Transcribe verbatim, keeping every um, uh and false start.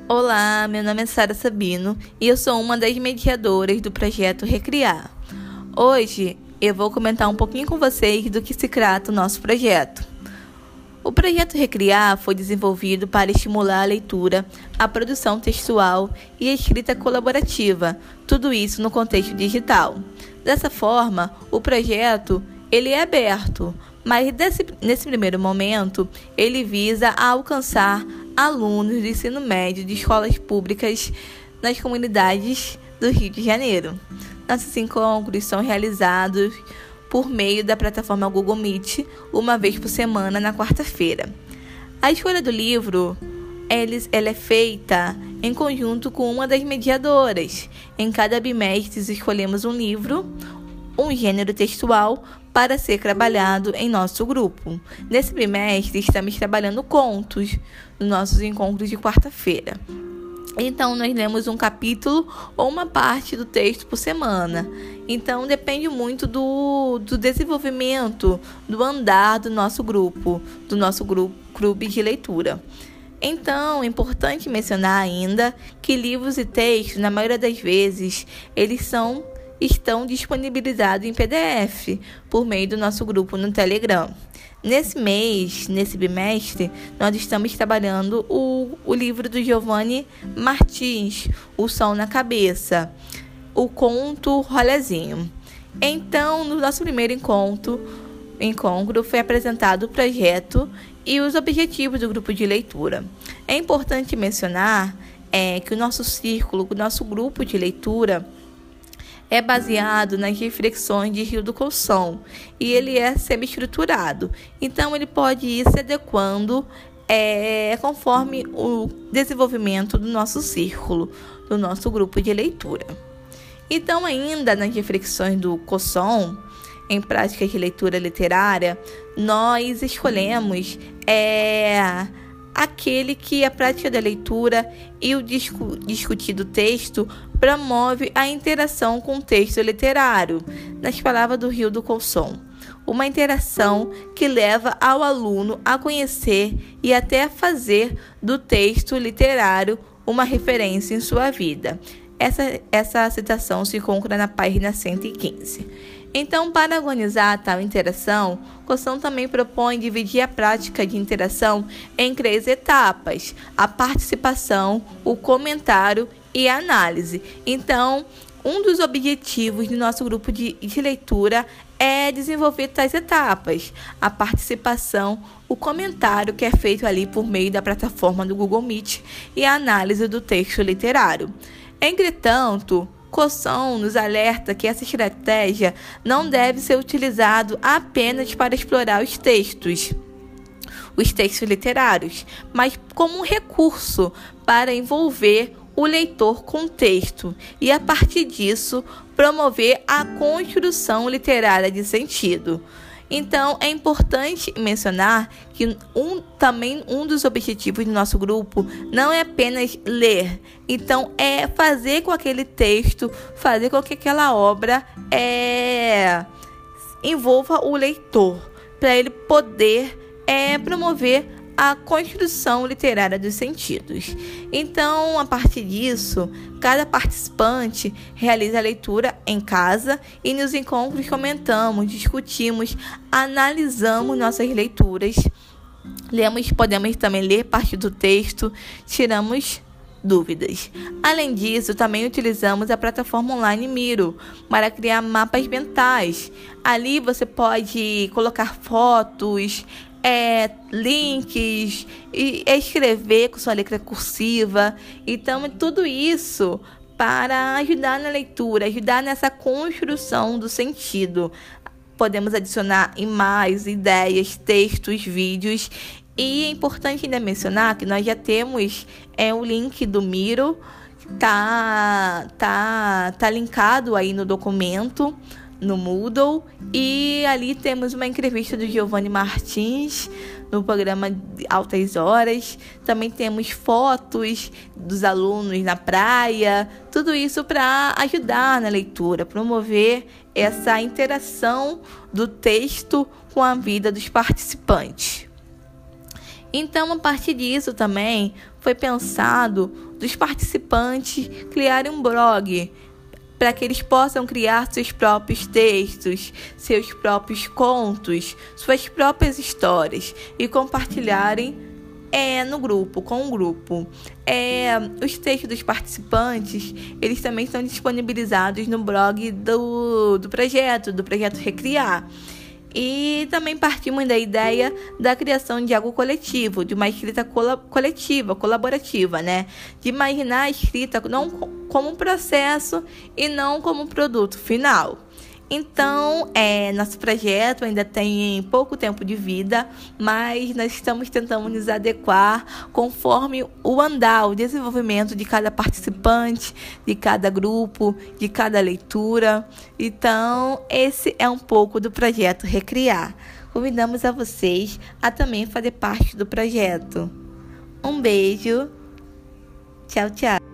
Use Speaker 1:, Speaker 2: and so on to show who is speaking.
Speaker 1: Olá, meu nome é Sara Sabino e eu sou uma das mediadoras do projeto Recriar. Hoje eu vou comentar um pouquinho com vocês do que se trata o nosso projeto. O projeto Recriar foi desenvolvido para estimular a leitura, a produção textual e a escrita colaborativa, tudo isso no contexto digital. Dessa forma, o projeto ele é aberto, mas desse, nesse primeiro momento ele visa alcançar alunos do ensino médio de escolas públicas nas comunidades do Rio de Janeiro. Nossos encontros são realizados por meio da plataforma Google Meet, uma vez por semana, na quarta-feira. A escolha do livro eles, ela é feita em conjunto com uma das mediadoras. Em cada bimestre, escolhemos um livro, um gênero textual, para ser trabalhado em nosso grupo. Nesse bimestre, estamos trabalhando contos nos nossos encontros de quarta-feira. Então, nós lemos um capítulo ou uma parte do texto por semana. Então, depende muito do, do desenvolvimento, do andar do nosso grupo, do nosso grupo, clube de leitura. Então, é importante mencionar ainda que livros e textos, na maioria das vezes, eles são estão disponibilizados em P D F por meio do nosso grupo no Telegram. Nesse mês, nesse bimestre, nós estamos trabalhando o, o livro do Giovanni Martins, O Sol na Cabeça, o conto Rolezinho. Então, no nosso primeiro encontro, encontro foi apresentado o projeto e os objetivos do grupo de leitura. É importante mencionar é, que o nosso círculo, o nosso grupo de leitura, é baseado nas reflexões de Hildo Colson e ele é semi-estruturado. Então, ele pode ir se adequando é, conforme o desenvolvimento do nosso círculo, do nosso grupo de leitura. Então, ainda nas reflexões do Colson, em práticas de leitura literária, nós escolhemos é, aquele que a prática da leitura e o discu- discutido texto promove a interação com o texto literário, nas palavras do Hildo Colson. Uma interação que leva ao aluno a conhecer e até a fazer do texto literário uma referência em sua vida. Essa, essa citação se encontra na página cento e quinze. Então, para organizar tal interação, Colson também propõe dividir a prática de interação em três etapas: a participação, o comentário e a análise. Então, um dos objetivos do nosso grupo de, de leitura é desenvolver tais etapas: a participação, o comentário, que é feito ali por meio da plataforma do Google Meet, e a análise do texto literário. Entretanto, Colson nos alerta que essa estratégia não deve ser utilizada apenas para explorar os textos, os textos literários, mas como um recurso para envolver o leitor com o texto e, a partir disso, promover a construção literária de sentido. Então, é importante mencionar que um, também um dos objetivos do nosso grupo não é apenas ler. Então, é fazer com aquele texto, fazer com que aquela obra é, envolva o leitor, para ele poder é, promover a construção literária dos sentidos. Então, a partir disso, cada participante realiza a leitura em casa e nos encontros comentamos, discutimos, analisamos nossas leituras, lemos, podemos também ler parte do texto, tiramos dúvidas. Além disso, também utilizamos a plataforma online Miro para criar mapas mentais. Ali você pode colocar fotos, É, links e escrever com sua letra cursiva. Então, tudo isso para ajudar na leitura, ajudar nessa construção do sentido. Podemos adicionar imagens, ideias, textos, vídeos. E é importante ainda mencionar que nós já temos é, o link do Miro, que tá, tá, tá linkado aí no documento, no Moodle, e ali temos uma entrevista do Giovanni Martins no programa Altas Horas. Também temos fotos dos alunos na praia, tudo isso para ajudar na leitura, promover essa interação do texto com a vida dos participantes. Então, a partir disso também foi pensado dos participantes criarem um blog para que eles possam criar seus próprios textos, seus próprios contos, suas próprias histórias e compartilharem é, no grupo, com o grupo. É, os textos dos participantes, eles também estão disponibilizados no blog do, do projeto, do projeto Recriar. E também partimos da ideia da criação de algo coletivo, de uma escrita col- coletiva, colaborativa, né? De imaginar a escrita não como um processo e não como um produto final. Então, é, nosso projeto ainda tem pouco tempo de vida, mas nós estamos tentando nos adequar conforme o andar, o desenvolvimento de cada participante, de cada grupo, de cada leitura. Então, esse é um pouco do projeto Recriar. Convidamos a vocês a também fazer parte do projeto. Um beijo. Tchau, tchau.